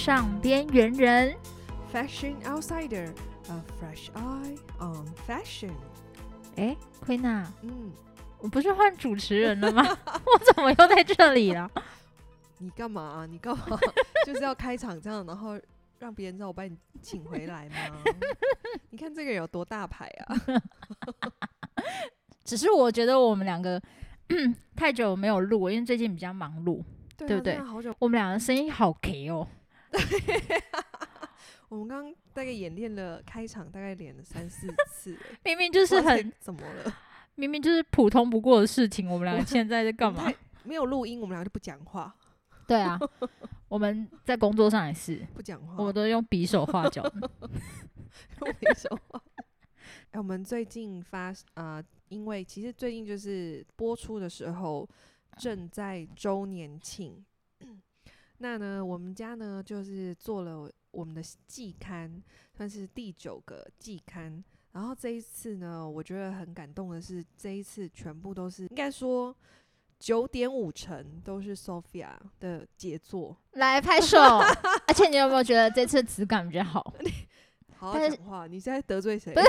时尚边缘人 Fashion Outsider, a fresh eye on fashion。 奎娜，我不是换主持人了吗？我怎么又在这里了？ 你干嘛啊？你干嘛？就是要开场这样，然后让别人知道我把你请回来吗？你看这个人有多大牌啊！ 只是我觉得我们两个太久没有录，因为最近比较忙碌，对不对？ 好久， 我们两个声音好 K 哦。 我们刚刚大概演练了开场，大概演了3-4次， 明明就是怎么了？ 明明就是普通不过的事情，我们两个现在在干嘛？ 没有录音，我们两个就不讲话。 对啊，我们在工作上也是不讲话， 我们都用比手画脚的。 用比手画。我们最近因为其实最近就是播出的时候正在周年庆，那呢，我们家呢就是做了我们的季刊，算是第9个季刊。然后这一次呢，我觉得很感动的是，这一次全部都是应该说9.5成都是 Sophia 的杰作。 来拍手！而且你有没有觉得这次质感比较好？ 好好讲话，你现在得罪谁？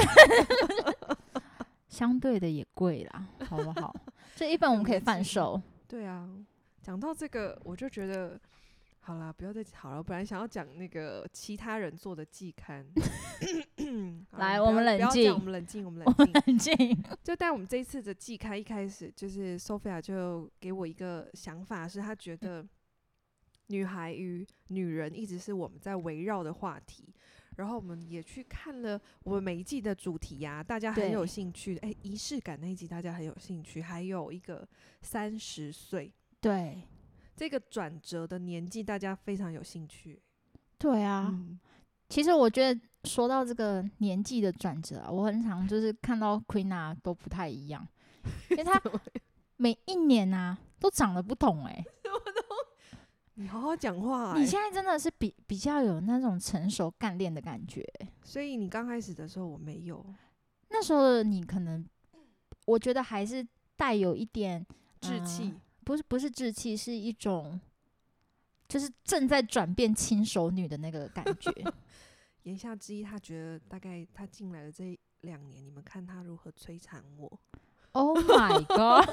相对的也贵啦，好不好？这一本我们可以贩售。 对啊，讲到这个，我就觉得好啦，不要再好了。我本来想要讲那个其他人做的季刊。 来，我们冷静， 我们冷静，我们冷静。 就但我们这一次的季刊一开始，就是 Sophia 就给我一个想法，是她觉得女孩与女人一直是我们在围绕的话题。然后我们也去看了我们每一季的主题啊，大家很有兴趣。仪式感那一集大家很有兴趣，还有一个30岁， 对， 这个转折的年纪大家非常有兴趣。 对啊，其实我觉得说到这个年纪的转折啊，我很常就是看到 Queena 都不太一样，因为她每一年啊都长得不同你好好讲话你现在真的是比较有那种成熟干练的感觉所以你刚开始的时候我没有， 那时候的你可能我觉得还是带有一点稚气， 不是稚气，是一种就是正在转变轻熟女的那个感觉。 言下之意，他觉得大概他进来的这2年，你们看他如何摧残我。 Oh my god！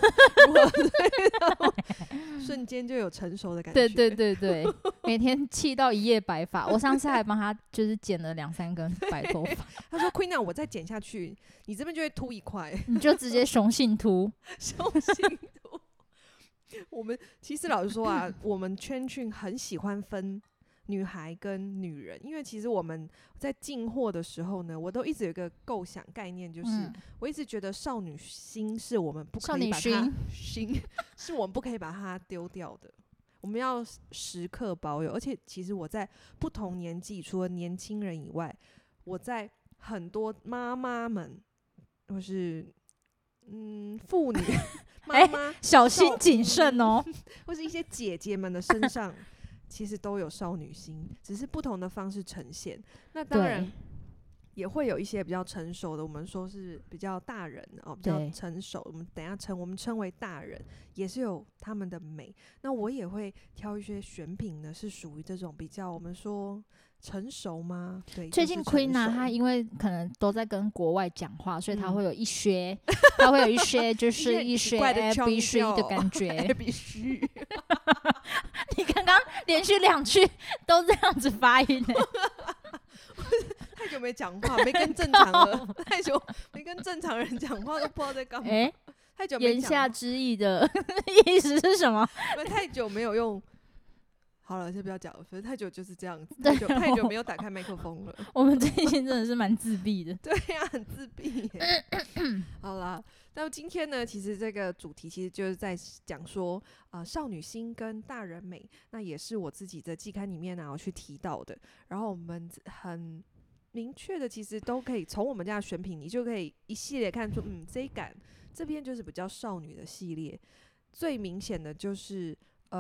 瞬间就有成熟的感觉。 对，每天气到一夜白发。我上次还帮他就是剪了2-3根白头发。 他说 ：“Queena， 我再剪下去，你这边就会秃一块。” 你就直接雄性秃。 雄性秃。我们其实老实说啊，我们圈群很喜欢分女孩跟女人，因为其实我们在进货的时候呢，我都一直有一个构想概念，就是我一直觉得少女心是我们不可以把它是我们不可以把它丢掉的，我们要时刻保有。而且其实我在不同年纪，除了年轻人以外，我在很多妈妈们或是妇女妈妈小心谨慎哦， 或是一些姐姐们的身上。其实都有少女心，只是不同的方式呈现。那当然也会有一些比较成熟的，我们说是比较大人比较成熟。我们等一下我们称为大人，也是有他们的美。那我也会挑一些选品呢，是属于这种比较我们说成熟吗？对。 最近 Queena 她因为可能都在跟国外讲话，所以她会有一些，她会有一些就是一些 ABC 的感觉。 ABC 你刚刚连续2句都这样子发音太久没讲话，没跟正常了，太久没跟正常人讲话，都不知道在干嘛。太久没讲。言下之意的意思是什么？ 太久没有用。好了，先不要讲了，反正太久就是这样子，太久没有打开麦克风了。 我们最近真的是蛮自闭的。 对呀，很自闭耶。好啦，那今天呢，其实这个主题其实就是在讲说，少女心跟大人美，那也是我自己的季刊里面我去提到的。然后我们很明确的，其实都可以从我们家的选品，你就可以一系列看出，这边就是比较少女的系列。最明显的就是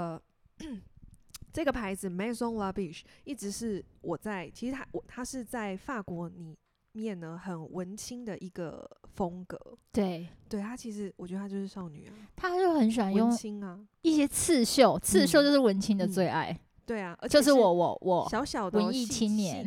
这个牌子 Maison La Biche 一直是我在，其实它是在法国里面呢很文青的一个风格。对，它其实我觉得它就是少女啊， 她就很喜欢用文青啊， 一些刺绣，刺绣就是文青的最爱。 对啊，而且就是我小小的文艺青年。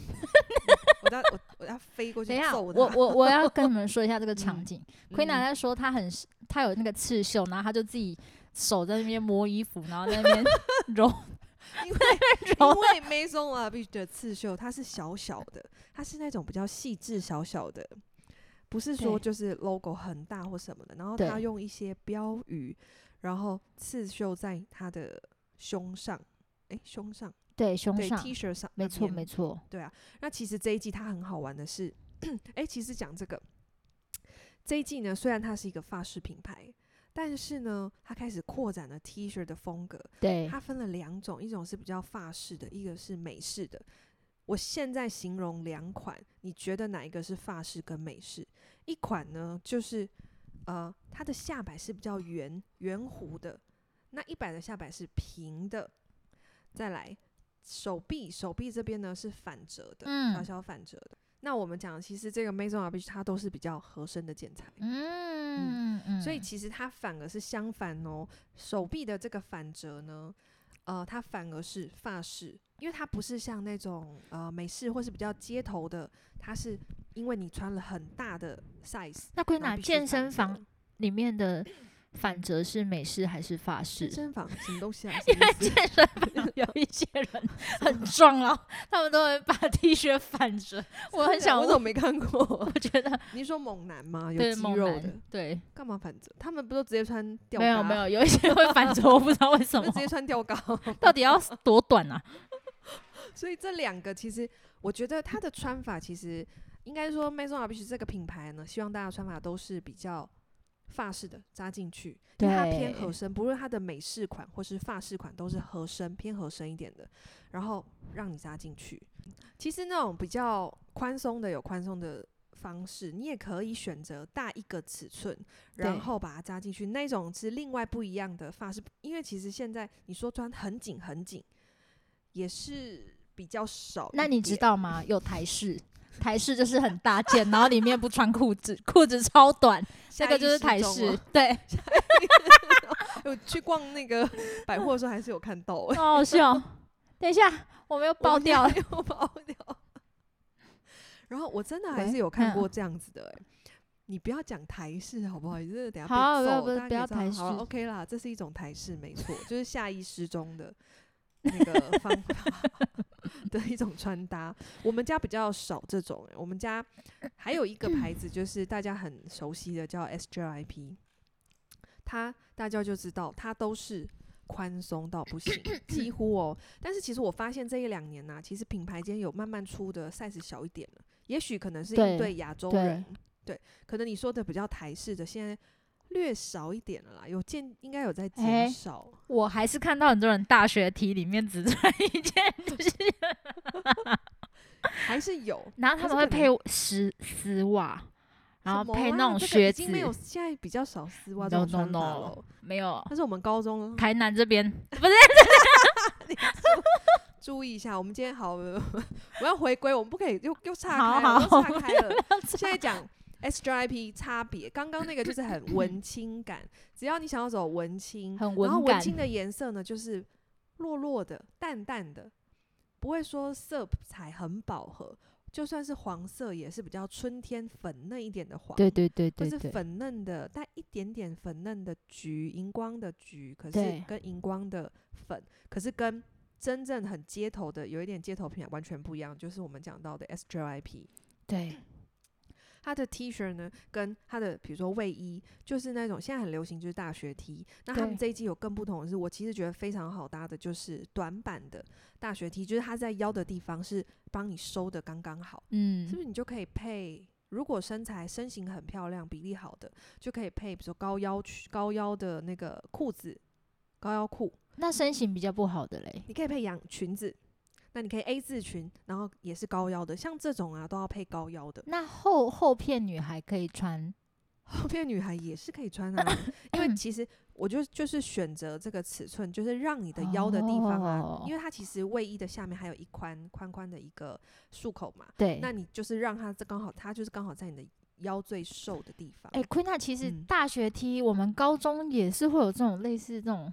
我要飞过去等一下， 揍他。 我要跟你们说一下这个场景。Queen 嗯在说他有那个刺绣，然后他就自己手在那边摸衣服，然后在那边揉。 因为 Maison La Biche 的刺绣它是小小的，它是那种比较细致小小的，不是说就是 logo 很大或什么的。然后他用一些标语，然后刺绣在他的胸上，胸上。 对，胸上对 T 恤上， 没错没错。 对啊，那其实这一季它很好玩的是，其实讲这一季呢，虽然它是一个法式品牌，但是呢，它开始扩展了 T 恤的风格。 对， 它分了2种，一种是比较法式的，一个是美式的。我现在形容2款，你觉得哪一个是法式跟美式？一款呢，就是它的下摆是比较圆弧的，那100的下摆是平的。再来手臂这边呢是反折的，小小反折的。那我们讲，其实这个 Maison La Biche 它都是比较合身的剪裁，所以其实它反而是相反哦。手臂的这个反折呢，它反而是法式，因为它不是像那种美式或是比较街头的，它是因为你穿了很大的 size。 那Queen拿健身房里面的反折是美式还是法式？ 健身房什么东西啊？ 因为健身房有一些人很壮哦，他们都会把 T 恤反折。我很想问， 我怎么没看过？ 我觉得你说猛男吗？有肌对肉的， 对， 干嘛反折？他们不都直接穿吊嘎？ 没有，有一些会反折，我不知道为什么。 直接穿吊嘎， 到底要多短啊？ 所以这2个其实，我觉得他的穿法其实应该说 Maison La Biche 这个品牌呢，希望大家穿法都是比较法式的扎进去，因为它偏合身，不论它的美式款或是法式款都是合身，偏合身一点的，然后让你扎进去。其实那种比较宽松的有宽松的方式，你也可以选择大一个尺寸，然后把它扎进去，那种是另外不一样的法式。因为其实现在你说穿很紧也是比较少。 那你知道吗？有台式就是很大件，然后里面不穿裤子，裤子超短，这个就是台式。对， 我去逛那个百货的时候还是有看到， 好好笑。等一下，我们又爆掉了， 又爆掉。然后我真的还是有看过这样子的，你不要讲台式好不好？你真的等一下被揍， 不要台式。 好 ，OK 啦，这是一种台式，没错，就是下衣失踪的那个方法的一种穿搭。我们家比较少这种，我们家还有一个牌子，就是大家很熟悉的叫 SJIP， 它大家就知道它都是宽松到不行，几乎哦。但是其实我发现这1-2年啊，其实品牌间有慢慢出的 size 小一点了，也许可能是应对亚洲人，对，可能你说的比较台式的现在略少一点了啦，应该有在减少。 我还是看到很多人大学 T 里面只穿一件还是有， 然后他们会配丝袜，然后配那种靴子。 已经没有，现在比较少丝袜这种穿法了。 没有， 那是我们高中台南这边不是。 注意一下，我们今天好，我要回归，我们不可以又岔开了， 又岔开了。现在讲 SJIP 差别，刚刚那个就是很文青感，只要你想要走文青， 很文感， 然后文青的颜色呢就是落落的、淡淡的，不会说色彩很饱和。就算是黄色，也是比较春天粉嫩一点的黄， 对， 或是粉嫩的带一点点粉嫩的橘，荧光的橘，可是跟荧光的粉，可是跟真正很街头的有一点街头品牌完全不一样，就是我们讲到的 SJIP。 对， 它的 T 恤呢，跟它的比如说卫衣，就是那种现在很流行，就是大学 T。那他们这一季有更不同的是，我其实觉得非常好搭的，就是短版的大学 T， 就是它在腰的地方是帮你收的刚刚好，是不是你就可以配？如果身形很漂亮、比例好的，就可以配比如说高腰的那个裤子，高腰裤。 那身形比较不好的嘞， 你可以配裙子。那你可以 A 字裙，然后也是高腰的，像这种啊都要配高腰的。 那后片女孩可以穿？ 后片女孩也是可以穿啊，因为其实我就是选择这个尺寸，就是让你的腰的地方啊，因为它其实卫衣的下面还有一宽的一个束口嘛， 对， 那你就是让它它就是刚好在你的腰最瘦的地方。 Queen，其实大学 T 我们高中也是会有这种类似这种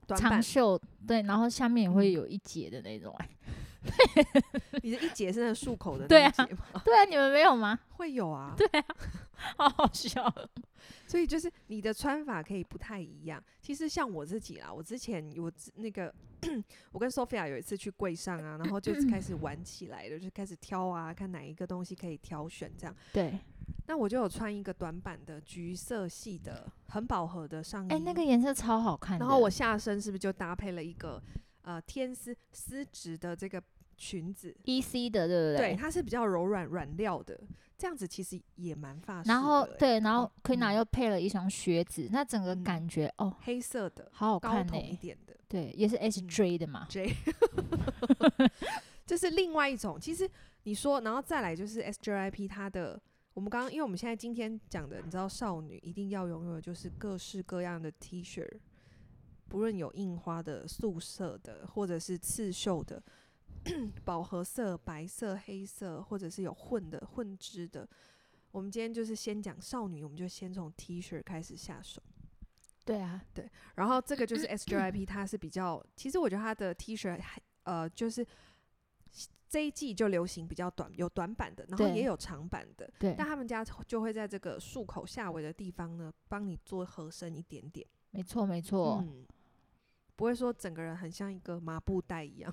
长袖，对，然后下面也会有一节的那种。 你的一节是那个束口的对啊， 那一节吗？ 对啊，你们没有吗？ 会有啊， 对啊，好好笑。 所以就是你的穿法可以不太一样。其实像我自己啦，我之前那个我跟 Sophia 有一次去柜上啊，然后就开始玩起来了，就开始挑啊，看哪一个东西可以挑选这样。 对， 那我就有穿一个短版的橘色系的很饱和的上衣， 那个颜色超好看的。 然后我下身是不是就搭配了一个天丝丝质的这个裙子 ，EC 的，对不对？ 对，它是比较柔软软料的，这样子其实也蛮法式的。 然后对，然后 Quina 又配了一双靴子，那整个感觉黑色的， 好好看高筒一点的， 对，也是 SJ 的嘛。 J 这是另外一种。其实你说，然后再来就是 SJYP 它的。我们因为我们现在今天讲的，你知道少女一定要拥有的就是各式各样的 T 恤，不论有印花的、素色的，或者是刺绣的、饱和色、白色、黑色，或者是有混织的。我们今天就是先讲少女，我们就先从 T 恤开始下手。 对啊， 对。然后这个就是 SJYP， 它是比较，其实我觉得它的 T 恤就是这一季就流行比较有短版的，然后也有长版的。 对。 但他们家就会在这个束口下围的地方呢，帮你做合身一点点。 没错，没错。 不会说整个人很像一个麻布袋一样。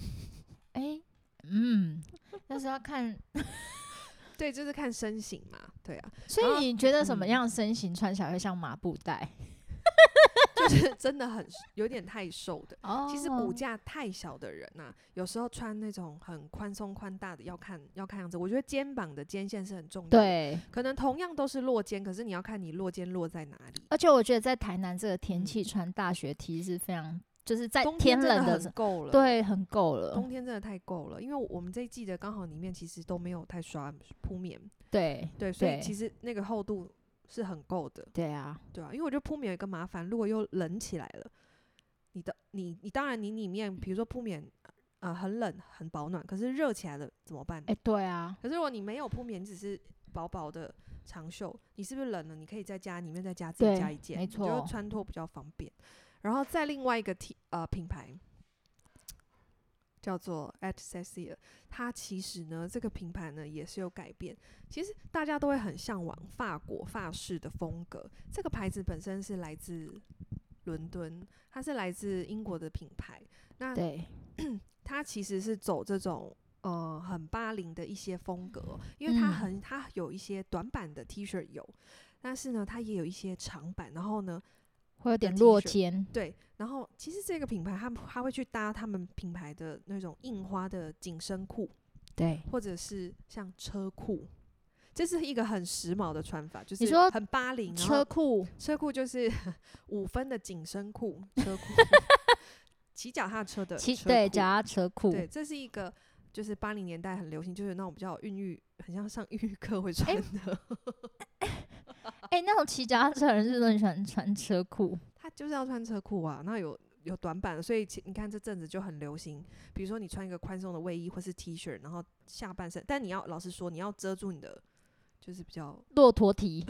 但是要看。 对，就是看身形嘛。对啊。 所以你觉得什么样的身形穿起来会像麻布袋？ 就是真的有点太瘦的。其实骨架太小的人啊，有时候穿那种很宽松宽大的要看样子。我觉得肩膀的肩线是很重要的。 对， 可能同样都是落肩，可是你要看你落肩落在哪里。 而且我觉得在台南这个天气穿大学 T 是非常，就是在天冷的时候， 够了。 对，很够了。 冬天真的太够了，因为我们这一季的刚好里面其实都没有太刷铺棉。 对， 所以其实那个厚度是很够的。 对啊， 因为我觉得铺棉有一个麻烦，如果又冷起来了，你当然你里面比如说铺棉很冷很保暖，可是热起来了怎么办？ 对啊。 可是如果你没有铺棉，只是薄薄的长袖，你是不是冷了？你可以在家里面再自己加一件， 没错， 就穿脱比较方便。然后再另外一个品牌叫做 At Cecilia， 它其实呢这个品牌呢也是有改变。其实大家都会很向往法式的风格。这个牌子本身是来自伦敦，它是来自英国的品牌。那对， 它其实是走这种很80的一些风格，因为它有一些短版的 T 恤有，但是呢它也有一些长版，然后呢会有点落肩。 对，然后其实这个品牌它会去搭他们品牌的那种印花的紧身裤， 对， 或者是像车裤。这是一个很时髦的穿法，就是你说很80。 车裤就是5分的紧身裤，车裤。骑脚踏车的车裤， 对，脚踏车裤。 对，这是一个就是80年代很流行，就是那种比较有孕育，很像上孕育课会穿的。 那种骑脚踏车的人是不是很喜欢穿车裤？ 他就是要穿车裤啊，那有短版的，所以你看这阵子就很流行。比如说你穿一个宽松的卫衣或是 T 恤，然后下半身，但你要老实说，你要遮住你的。就是比较骆驼蹄，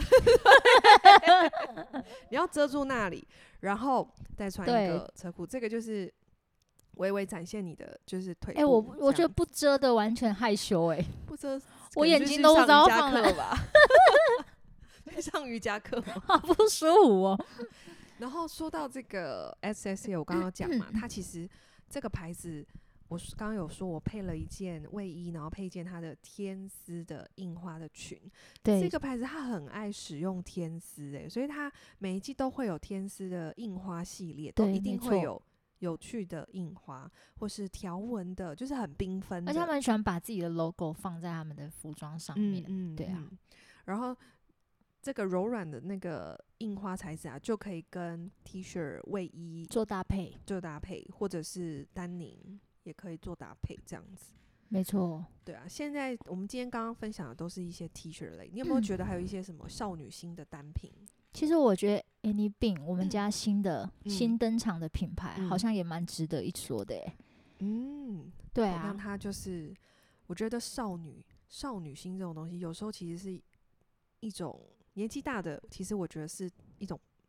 你要遮住那里，然后再穿一个车裤，这个就是微微展现你的就是腿部。 我觉得不遮的完全害羞不遮， 我眼睛都不知道放哪吧。上瑜伽课吗？ 好不舒服哦。 然后说到这个 SSL， 我刚刚讲嘛，它其实这个牌子。我刚刚有说，我配了一件卫衣，然后配一件它的天丝的印花的裙。 对， 这个牌子它很爱使用天丝，所以它每一季都会有天丝的印花系列，都一定会有有趣的印花或是条纹的，就是很缤纷的。 而且他们很喜欢把自己的 logo 放在他们的服装上面。对啊。 然后这个柔软的那个印花材质啊，就可以跟 T 恤、卫衣做搭配， 或者是丹宁。也可以做搭配这样子， 没错。 对啊，现在我们今天刚刚分享的都是一些 T 恤类，你有没有觉得还有一些什么少女心的单品？ 其实我觉得 Annie Bean 我们家新登场的品牌，好像也蛮值得一说的对啊， 像它就是我觉得少女心这种东西，有时候其实是一种年纪大的，其实我觉得是一种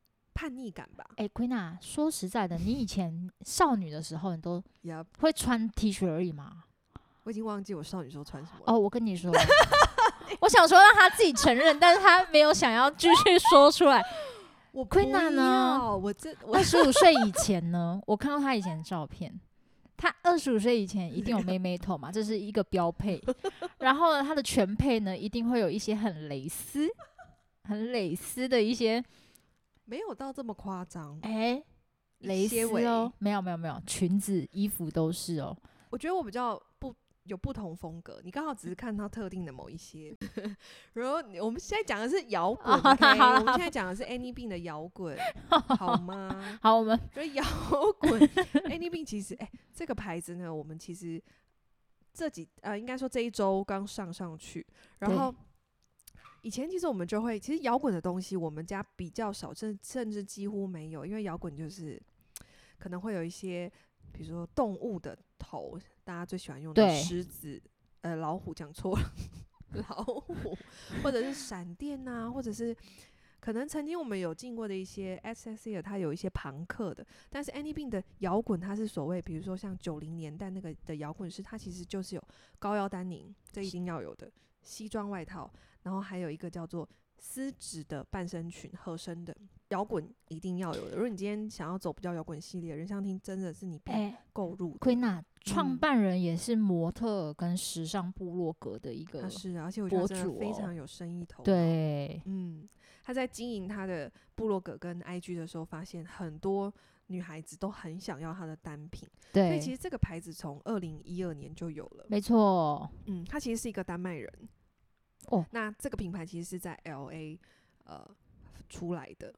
叛逆感吧。 Queena， 说实在的，你以前少女的时候，你都 Yep， 会穿 T 恤而已吗？ 我已经忘记我少女时候穿什么了。 我跟你说，我想说让他自己承认，但是他没有想要继续说出来。 我 Queena 呢？25岁以前呢，我看到他以前的照片，他25岁以前一定有妹妹头嘛，这是一个标配。然后呢，他的全配呢，一定会有一些很蕾丝的一些， 没有到这么夸张。 蕾丝哦，没有，裙子、衣服都是哦。 我觉得我比较有不同风格，你刚好只是看到特定的某一些。然后我们现在讲的是摇滚，OK？我们现在讲的是 Annie Bean 的摇滚，好吗？ 好，我们觉得摇滚 Annie Bean 其实，这个牌子呢，我们其实应该说这一周刚上去，然后以前其实我们就会，其实摇滚的东西我们家比较少，甚至几乎没有，因为摇滚就是可能会有一些，比如说动物的头，大家最喜欢用的狮子、老虎，讲错了，老虎，或者是闪电啊，或者是可能曾经我们有进过的一些 SSE， 它有一些朋克的，但是 Annie Bean 的摇滚它是所谓，比如说像90年代那个的摇滚是它其实就是有高腰丹宁，这一定要有的西装外套，然后还有一个叫做丝质的半身裙，合身的摇滚一定要有的。如果你今天想要走比较摇滚系列，人相厅真的是你必购入的。 Queena 创办人也是模特跟时尚部落格的一个博主， 是，而且我觉得真的非常有生意头脑。 对， 他在经营他的部落格跟 IG 的时候，发现很多女孩子都很想要他的单品。 对， 所以其实这个牌子从2012年就有了。 没错。 他其实是一个丹麦人。那这个品牌其实是在 LA 出来的，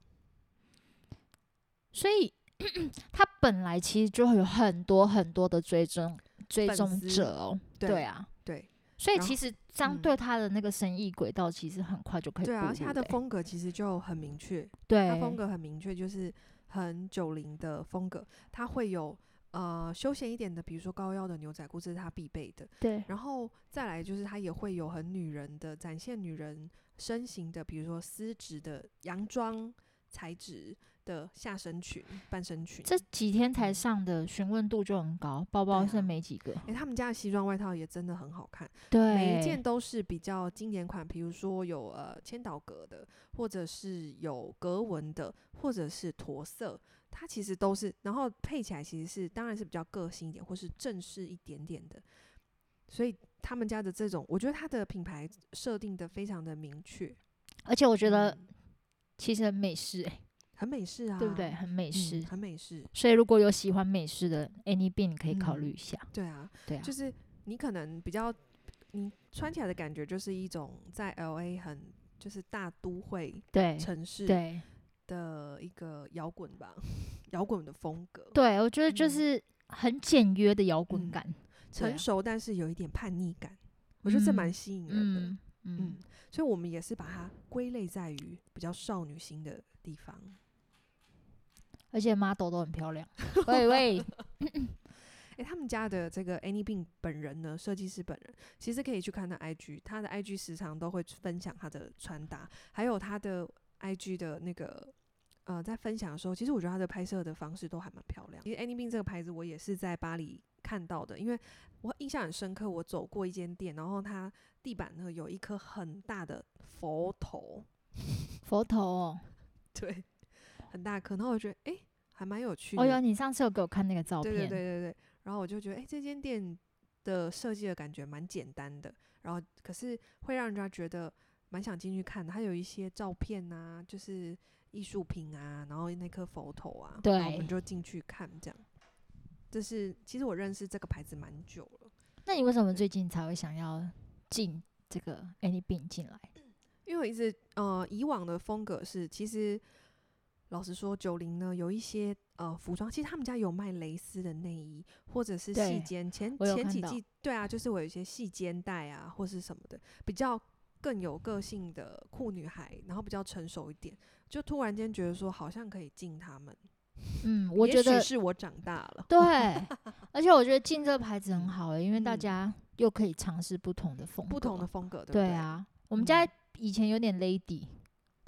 所以他本来其实就会有很多很多的追踪者哦。对啊， 对， 所以其实这样对他的那个生意轨道其实很快就可以步入。 对啊，而且他的风格其实就很明确。 对， 他风格很明确，就是很90的风格。他会有休闲一点的，比如说高腰的牛仔裤，这是他必备的。 对， 然后再来就是他也会有很女人的，展现女人身形的，比如说丝质的洋装材质的下身裙、半身裙。 这几天才上的询问度就很高，包包剩没几个。 他们家的西装外套也真的很好看， 对， 每一件都是比较经典款，比如说有千岛格的，或者是有格纹的，或者是驼色。它其实都是，然后配起来其实是当然是比较个性一点，或是正式一点点的。所以他们家的这种，我觉得它的品牌设定的非常的明确， 而且我觉得其实很美式很美式啊， 对不对？很美式， 很美式。 所以如果有喜欢美式的 Annie Bean， 你可以考虑一下。 对啊，就是你可能比较，你穿起来的感觉就是一种在 LA 很就是大都会城市的一个摇滚吧，摇滚的风格。对， 我觉得就是很简约的摇滚感， 成熟但是有一点叛逆感，我觉得这蛮吸引人的。所以我们也是把它归类在于比较少女心的地方。 而且 model 都很漂亮。喂， 他们家的这个 Annie Bean 本人呢，设计师本人，其实可以去看他 IG， 他的 IG 时常都会分享他的穿搭，还有他的 IG 的那个在分享的时候，其实我觉得他的拍摄的方式都还蛮漂亮。其实 Annie Bean 这个牌子我也是在巴黎看到的，因为我印象很深刻，我走过一间店，然后它地板呢有一颗很大的佛头哦，对，很大颗，然后我觉得还蛮有趣的。 有，你上次有给我看那个照片。 对，然后我就觉得这间店的设计的感觉蛮简单的，然后可是会让人家觉得蛮想进去看的。它有一些照片啊，就是艺术品啊，然后那颗佛头啊， 对， 然后我们就进去看这样。其实我认识这个牌子蛮久了。 那你为什么最近才会想要进这个 Annie Bean 进来？ 因为我一直以往的风格是，其实老实说90呢有一些服装，其实他们家有卖蕾丝的内衣或者是细肩，前几季对啊，就是我有一些细肩带啊或是什么的，比较更有个性的酷女孩，然后比较成熟一点，就突然间觉得说好像可以进他们。 我觉得也许是我长大了。 对，而且我觉得进这个牌子很好因为大家又可以尝试不同的风格， 对不对？ 对啊，我们家以前有点 lady，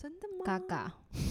真的吗？ 嘎嘎，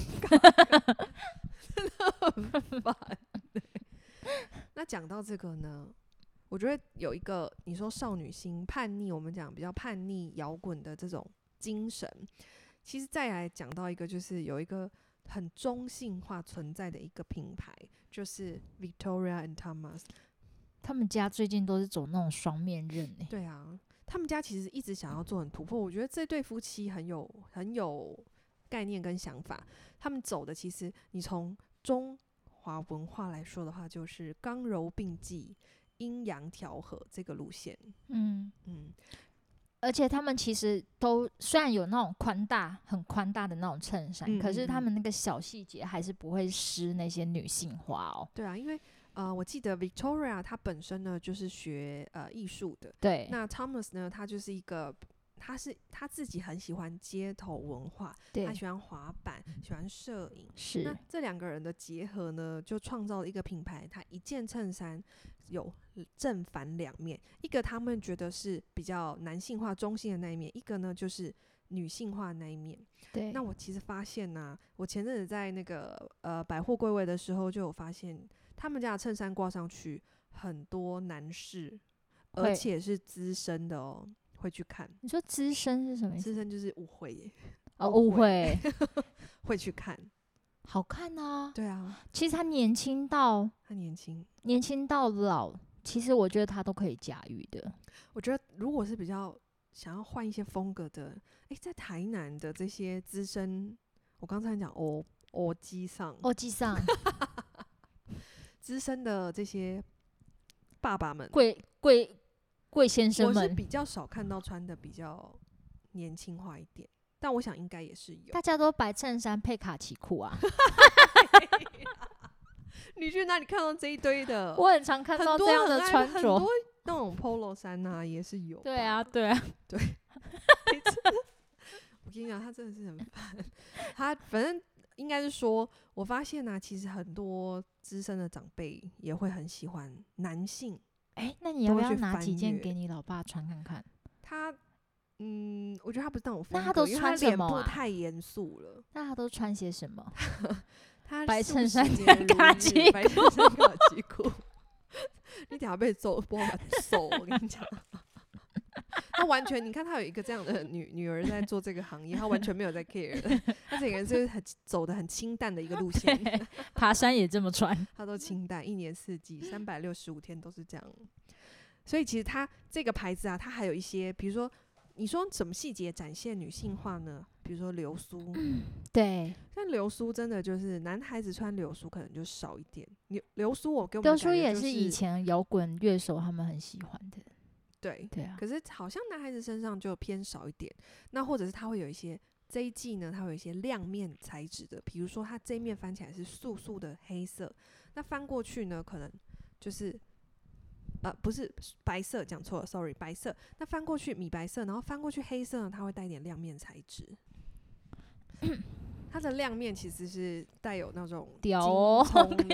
真的很烦。那讲到这个呢，我觉得有一个你说少女心叛逆，我们讲比较叛逆摇滚的这种精神，其实再来讲到一个，就是有一个很中性化存在的一个品牌，就是 Victoria and Thomas。 他们家最近都是走那种双面刃对啊，他们家其实一直想要做很突破，我觉得这对夫妻很有概念跟想法。他们走的其实你从中华文化来说的话，就是刚柔并济、阴阳调和这个路线。 嗯，而且他们其实都虽然有那种很宽大的那种衬衫，可是他们那个小细节还是不会失那些女性化哦。 对啊，因为我记得 Victoria 她本身呢就是学艺术的， 对。 那 Thomas 呢，他就是一个他自己很喜欢街头文化，他喜欢滑板，喜欢摄影， 是。 那这两个人的结合呢，就创造了一个品牌。他一件衬衫有正反两面，一个他们觉得是比较男性化、中性的那一面，一个呢就是女性化的那一面。 对。 那我其实发现呢，我前阵子在那个百货柜位的时候，就有发现他们家的衬衫挂上去，很多男士，而且是资深的哦。会去看。 你说资深是什么意思？ 资深就是误会耶。 误会。 会去看。 好看啊。 对啊。 其实他年轻到老，其实我觉得他都可以驾驭的。 我觉得如果是比较想要换一些风格的，在台南的这些资深，我刚才讲欧基上资深的这些爸爸们，贵先生们，我是比较少看到穿的比较年轻化一点，但我想应该也是有。 大家都白衬衫配卡其裤啊。 你去哪里看到这一堆的？ 我很常看到这样的穿着， 很多那种 polo 衫啊也是有。 对啊。 对。我跟你讲，他真的是很烦。他反正应该是说，我发现啊，其实很多资深的长辈也会很喜欢男性。 那你要不要拿几件给你老爸穿看看？ 他，我觉得他不是那种风格， 那他都穿什么啊？ 脸部太严肃了。 那他都穿些什么？ 他白衬衫跟卡其裤。你等下被揍，不好揍！我跟你讲，他完全，你看他有一个这样的女儿在做这个行业，他完全没有在 care 的。他整个人是走的很清淡的一个路线。 爬山也这么穿， 他都清淡，一年四季365天都是这样。所以其实他这个牌子啊，它还有一些，比如说你说什么细节展现女性化呢？比如说流苏。 对。 但流苏真的就是男孩子穿流苏可能就少一点。流苏我给我们流苏也是以前摇滚乐手他们很喜欢的。 对啊。 可是好像男孩子身上就偏少一点。那或者是他会有一些这一季呢，它会有一些亮面材质的，比如说它这一面翻起来是素素的黑色，那翻过去呢可能就是不是白色，讲错了 ，sorry， 白色。那翻过去米白色，然后翻过去黑色呢，它会带一点亮面材质。它的亮面其实是带有那种屌哦，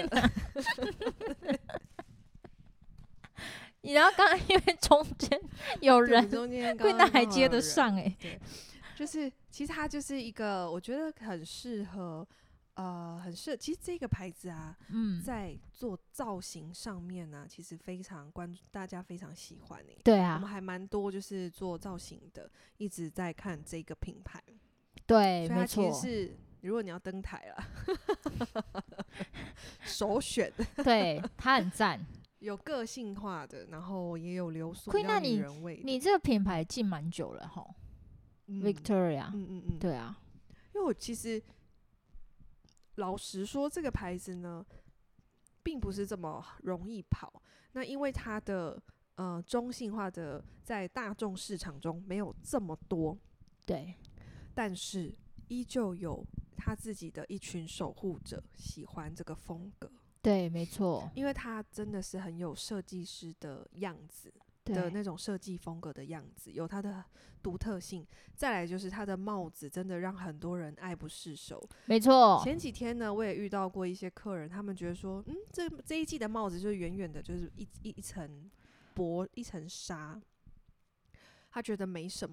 你然后刚刚因为中间有人，贵那还接得上对，就是其实它就是一个我觉得很适合。其实这个牌子啊，在做造型上面啊，其实非常大家非常喜欢对啊， 我们还蛮多就是做造型的，一直在看这个品牌。 对， 所以它其实是如果你要登台了，首选。 对，它很赞， 有个性化的，然后也有流苏，比较女人味的。 你这个品牌进蛮久了齁，Victoria。对啊， 因为我其实。老实说，这个牌子呢，并不是这么容易跑。那因为它的中性化的在大众市场中没有这么多， 对， 但是依旧有他自己的一群守护者喜欢这个风格。 对，没错， 因为它真的是很有设计师的样子的那种设计风格的样子，有它的独特性。再来就是它的帽子真的让很多人爱不释手。 没错， 前几天呢，我也遇到过一些客人，他们觉得说，这一季的帽子就是远远的，就是一层一层纱，他觉得没什么。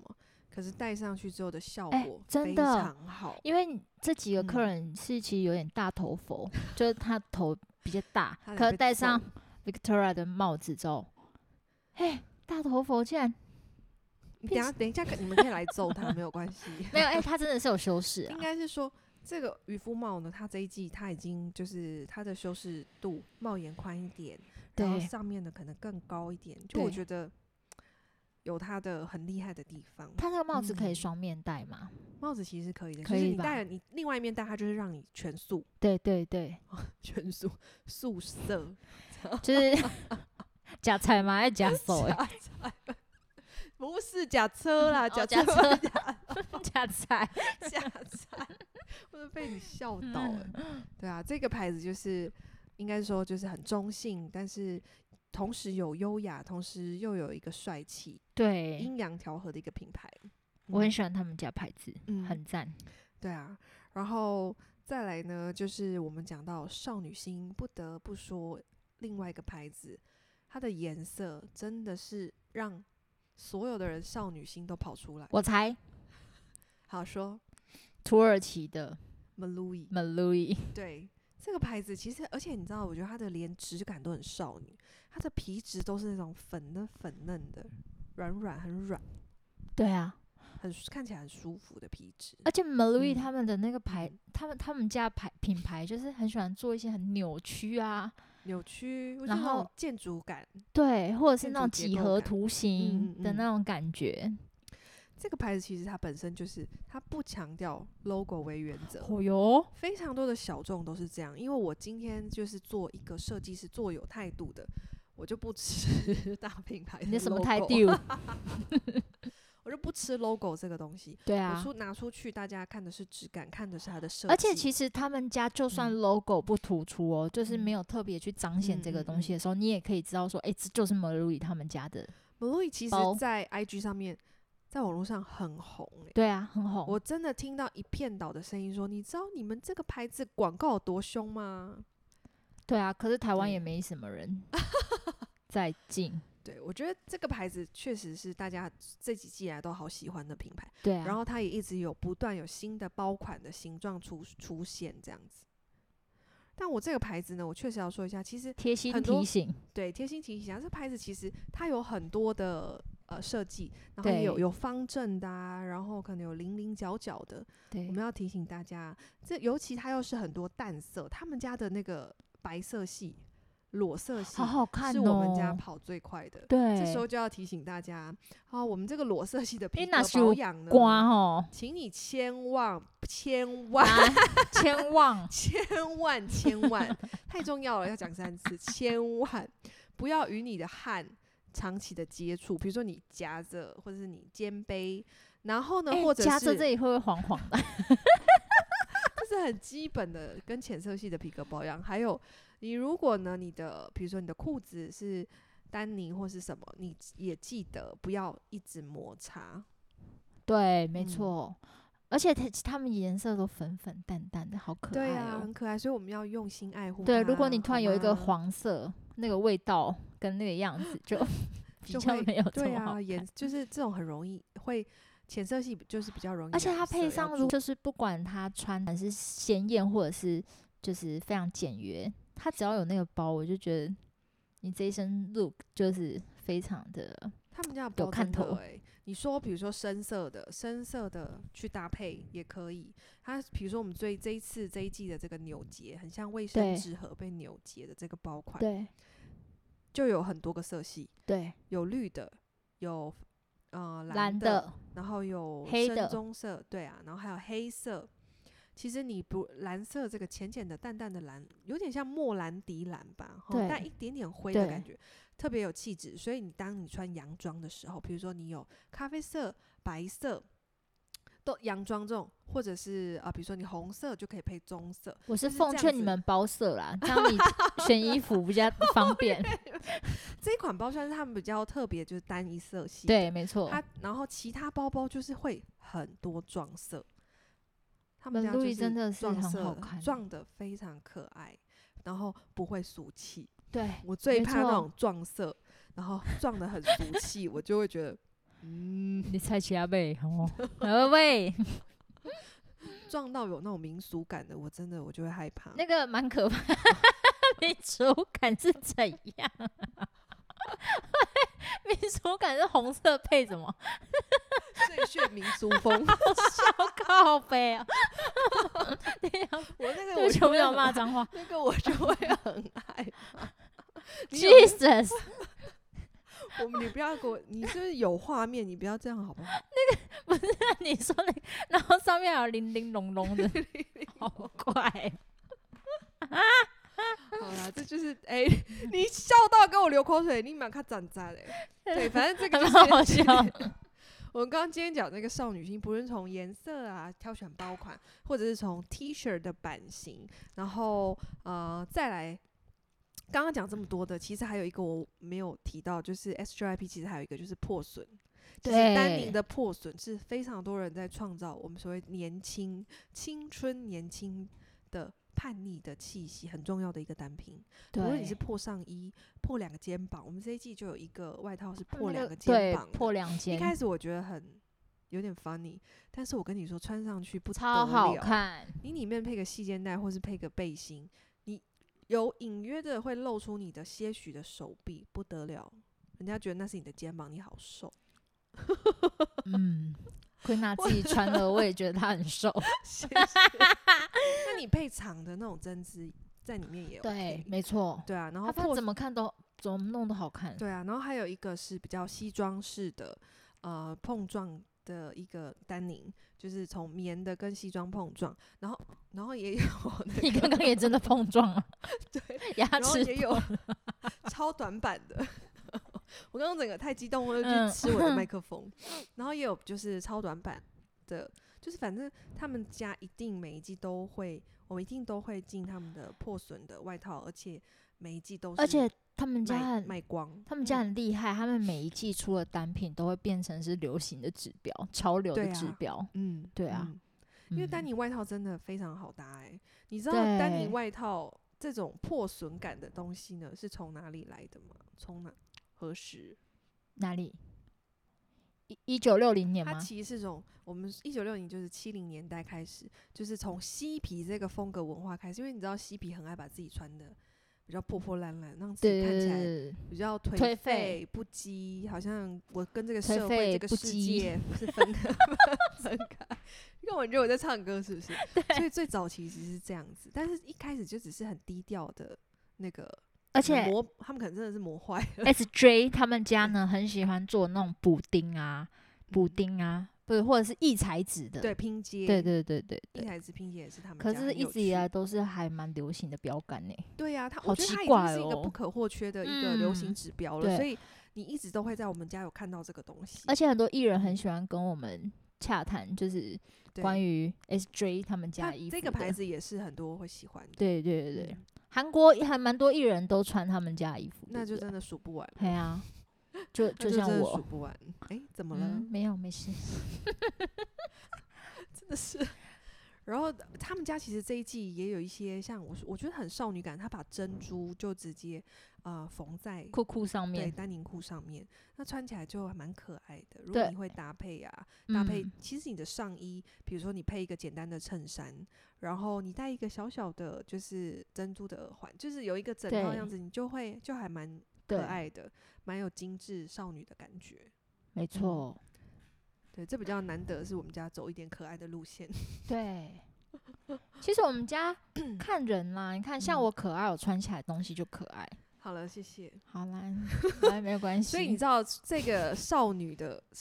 可是戴上去之后的效果非真的常好。 因为这几个客人是其实有点大头佛，就是他头比较大，可是戴上 Victoria 的帽子之后，大头佛竟然。 等一下，你们可以来揍他，没有关系。 没有，他真的是有修饰啊。 应该是说这个渔夫帽呢，它这一季它已经就是它的修饰度，帽檐宽一点，然后上面的可能更高一点，就我觉得有它的很厉害的地方。 它那个帽子可以双面戴吗？ 帽子其实是可以的， 可以吧？ 就是你戴了，你另外一面戴，它就是让你全素。 对对对， 全素素色， 就是假菜吗？还是假手？ 假菜。不是假车啦，假车，假菜， 假菜，我都被你笑到了。对啊，这个牌子就是应该说就是很中性，但是同时有优雅，同时又有一个帅气， 对， 阴阳调和的一个品牌。 我很喜欢他们家牌子，很赞。 对啊，然后再来呢，就是我们讲到少女心，不得不说另外一个牌子，它的颜色真的是让所有的人少女心都跑出来。 我猜， 好说， 土耳其的 Malui， 对，这个牌子其实，而且你知道，我觉得它的连质感都很少女，它的皮质都是那种粉嫩的，很软。 对啊， 看起来很舒服的皮质。 而且 Malui 他们的那个牌，他们家品牌就是很喜欢做一些很扭曲啊。 然后建筑感， 对，或者是那种几何图形的那种感觉。 这个牌子其实它本身就是它不强调 logo 为原则，非常多的小众都是这样。因为我今天就是做一个设计师，做有态度的，我就不吃大品牌的 logo。 你什么态度？ 我就不吃 logo 这个东西。 对啊， 我拿出去，大家看的是质感，看的是它的设计。 而且其实他们家就算 logo 不突出哦，就是没有特别去彰显这个东西的时候，你也可以知道说，这就是 Malui 他们家的。 Malui 其实在 IG 上面，在网络上很红。 对啊，很红。 我真的听到一片倒的声音说，你知道你们这个牌子广告有多凶吗？ 对啊，可是台湾也没什么人在进。 对，我觉得这个牌子确实是大家这几季来都好喜欢的品牌。 对啊， 然后它也一直不断有新的包款的形状出现这样子。但我这个牌子呢，我确实要说一下，其实贴心提醒， 对，贴心提醒啊，这牌子其实它有很多的设计，然后有方正的啊，然后可能有棱角角的。 对， 我们要提醒大家，尤其它又是很多淡色，他们家的那个白色系。裸色系好好看哦， 是我们家跑最快的。 对， 这时候就要提醒大家，我们这个裸色系的皮革保养呢，请你千万太重要了，要讲3次，千万不要与你的汗长期的接触，比如说你夹着，或者是你肩背，然后呢，或者是夹着这里会不会黄黄的？ 这是很基本的跟浅色系的皮革保养。还有你如果呢，比如说你的裤子是丹宁或是什么，你也记得不要一直摩擦。 对，没错。而且他们颜色都粉粉淡淡的，好可爱对啊，很可爱，所以我们要用心爱护它。 对，如果你突然有一个黄色，那个味道跟那个样子就比较没有这么好看。 对啊，就是这种很容易会浅色系，就是比较容易。 而且它配上就是不管它穿的是鲜艳或者是就是非常简约，它只要有那个包，我就觉得你这一身 look 就是非常的他们家的包有看头。 你说比如说深色的去搭配也可以。它比如说我们这一季的这个扭结，很像卫生纸盒被扭结的这个包款， 对， 就有很多个色系， 对， 有绿的，有蓝的， 然后有深棕色，对啊，然后还有黑色。其实你不蓝色这个浅浅的淡淡的蓝，有点像莫兰迪蓝吧，带一点点灰的感觉，特别有气质。所以当你穿洋装的时候，比如说你有咖啡色、白色，都洋装这种，或者是比如说你红色就可以配棕色。 我是奉劝你们包色啦，这样你选衣服比较方便。 这一款包算是他们比较特别，就是单一色系。 对，没错。 然后其他包包就是会很多撞色。他们家就是真的是很好看， 撞的非常可爱，然后不会俗气。 对， 我最怕那种撞色，然后撞的很俗气，我就会觉得你菜奇亚贝哦，喂， 撞到有那种民俗感的，我就会害怕。 那个蛮可怕，民俗感是怎样？民俗感是红色配什么？ 最炫民俗风， 笑靠背啊！ 我那个对不起，我不想骂脏话。 那个我就会很害怕。 Jesus， 你不要给我，你是不是有画面？你不要这样好不好？ 不是你说那个，然后上面还有零零珑珑的，好怪。 好啦，这就是你笑到给我流口水，你蛮看赞赞嘞。对，反正这个蛮好笑。 我们刚刚今天讲那个少女心，不论从颜色啊、挑选包款，或者是从 T 恤的版型，然后再来，刚刚讲这么多的，其实还有一个我没有提到，就是 SJYP 其实还有一个就是破损。其实丹宁的破损是非常多人在创造我们所谓青春年轻的叛逆的气息，很重要的一个单品。无论你是破上衣、破2个肩膀，我们这一季就有一个外套是破2个肩膀， 破2肩。 一开始我觉得有点 funny， 但是我跟你说，穿上去不得了， 超好看。 你里面配个细肩带，或是配个背心，你有隐约的会露出你的些许的手臂，不得了，人家觉得那是你的肩膀，你好瘦。 奎娜自己穿了，我也觉得她很瘦。 谢谢。那你配长的那种针织在里面也 OK， 对，没错。 对啊，然后怎么弄都好看。 对啊，然后还有一个是比较西装式的，碰撞的一个丹宁，就是从棉的跟西装碰撞，然后也有你刚刚也真的碰撞了， 对， 牙齿， 然后也有超短版的。我刚刚整个太激动，我就去吃我的麦克风。然后也有就是超短版的，就是反正他们家一定每一季都会，我们一定都会进他们的破损的外套，而且每一季都是， 而且他们家卖光， 他们家很厉害，他们每一季出的单品都会变成是流行的指标、潮流的指标。对啊， 因为丹宁外套真的非常好搭你知道丹宁外套这种破损感的东西呢，是从哪里来的吗？何时？ 哪里？1960年吗？ 它其实是从我们1960就是70年代开始，就是从嬉皮这个风格文化开始。因为你知道嬉皮很爱把自己穿的比较破破烂烂，让自己看起来比较颓废不羁，好像我跟这个社会、这个世界是分开。因为我觉得我在唱歌，是不是？所以最早其实是这样子，但是一开始就只是很低调的那个。 而且他们可能真的是磨坏了。 SJ 他们家呢很喜欢做那种补丁啊，不是，或者是异材质的， 对，拼接， 对， 异材质拼接也是他们家。 可是一直以来都是还蛮流行的标杆呢。 对呀， 好奇怪哦， 我觉得它已经是一个不可或缺的一个流行指标了，所以你一直都会在我们家有看到这个东西。 而且很多艺人很喜欢跟我们洽谈，就是关于 SJ 他们家的衣服， 这个牌子也是很多会喜欢的。 对。韩国还蛮多艺人都穿他们家的衣服， 那就真的数不完。 对啊，就像我数不完。怎么了？ 没有，没事。 真的是。然后他们家其实这一季也有一些像我觉得很少女感，他把珍珠就直接缝在裤上面， 对，丹宁裤上面，那穿起来就还蛮可爱的。如果你会搭配搭配，其实你的上衣，比如说你配一个简单的衬衫，然后你戴一个小小的就是珍珠的耳环，就是有一个整套样子，你就还蛮可爱的，蛮有精致少女的感觉。 没错。 对，这比较难得，是我们家走一点可爱的路线。 对，其实我们家看人啦，你看像我可爱，我穿起来的东西就可爱。 好了，谢谢。 好啦，没有关系。 所以你知道这个少女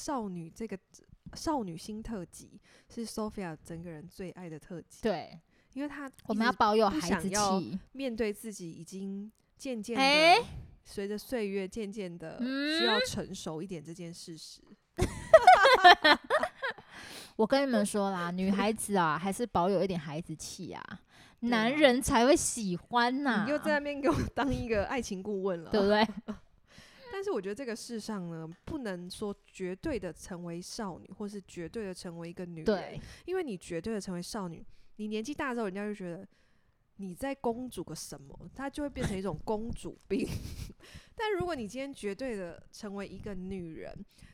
心特辑是 Sophia 整个人最爱的特辑。 对， 因为她我们要保有孩子气， 面对自己已经渐渐的随着岁月渐渐的需要成熟一点这件事实。 我跟你们说啦，女孩子啊，还是保有一点孩子气啊，男人才会喜欢呐。 你又在那边给我当一个爱情顾问了， 对不对？ 但是我觉得这个世上呢，不能说绝对的成为少女，或是绝对的成为一个女人。 对， 因为你绝对的成为少女，你年纪大之后，人家就觉得你在公主个什么，它就会变成一种公主病。但如果你今天绝对的成为一个女人，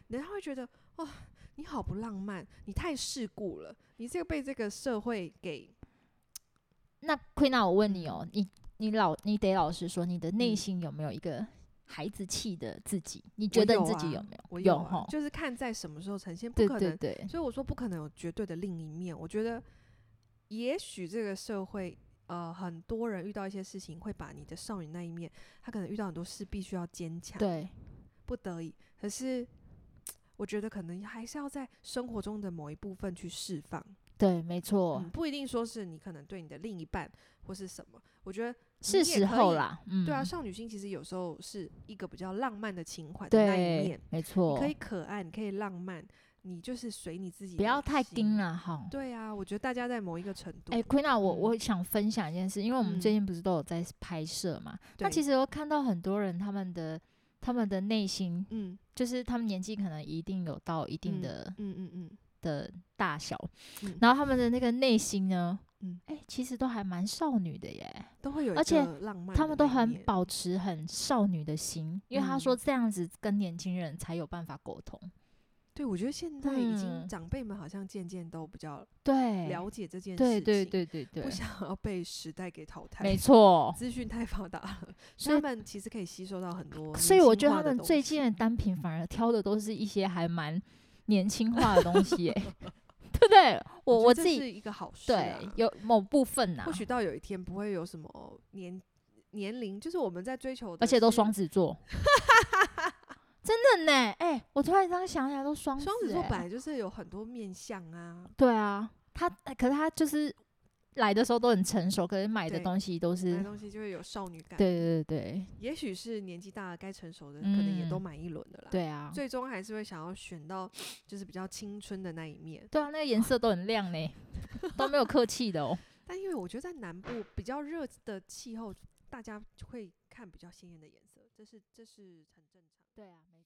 人家会觉得哦，你好不浪漫，你太世故了，你这个被这个社会给。 那 Queen， 我问你哦，你得老实说，你的内心有没有一个孩子气的自己？你觉得你自己有没有？ 我有啊，就是看在什么时候呈现，不可能。 对， 所以我说不可能有绝对的另一面。我觉得也许这个社会很多人遇到一些事情，会把你的少女那一面，他可能遇到很多事必须要坚强， 对， 不得已。可是我觉得可能还是要在生活中的某一部分去释放。 对，没错， 不一定说是你可能对你的另一半或是什么，我觉得是时候啦。 对啊，少女心其实有时候是一个比较浪漫的情怀的那一面， 没错， 你可以可爱，你可以浪漫，你就是随你自己的心， 不要太硬啦哈。 对啊，我觉得大家在某一个程度。 Queen，我想分享一件事，因为我们最近不是都有在拍摄嘛，那其实我看到很多人他们的内心，就是他们年纪可能一定有到一定的，的大小，然后他们的那个内心呢，其实都还蛮少女的耶， 都会有一个而且浪漫的他们都很保持很少女的心，因为他说这样子跟年轻人才有办法沟通。 对，我觉得现在已经长辈们好像渐渐都比较了解这件事情， 对， 不想要被时代给淘汰。 没错， 资讯太发达了，所以他们其实可以吸收到很多。 所以我觉得他们最近的单品反而挑的都是一些还蛮年轻化的东西耶，对不对？我自己是一个好事， 对，有某部分呐， 或许到有一天不会有什么年龄，就是我们在追求的， 而且都双子座。真的呢，我突然这样想起来，都双子座本来就是有很多面向啊。 对啊，可是他就是来的时候都很成熟，可是买的东西都是买东西就会有少女感。 对， 也许是年纪大了该成熟的，可能也都买一轮的啦。 对啊， 最终还是会想要选到就是比较青春的那一面。 对啊，那个颜色都很亮呢，都没有客气的哦。 但因为我觉得在南部比较热的气候，大家会看比较鲜艳的颜色，这是很正常。 对啊，没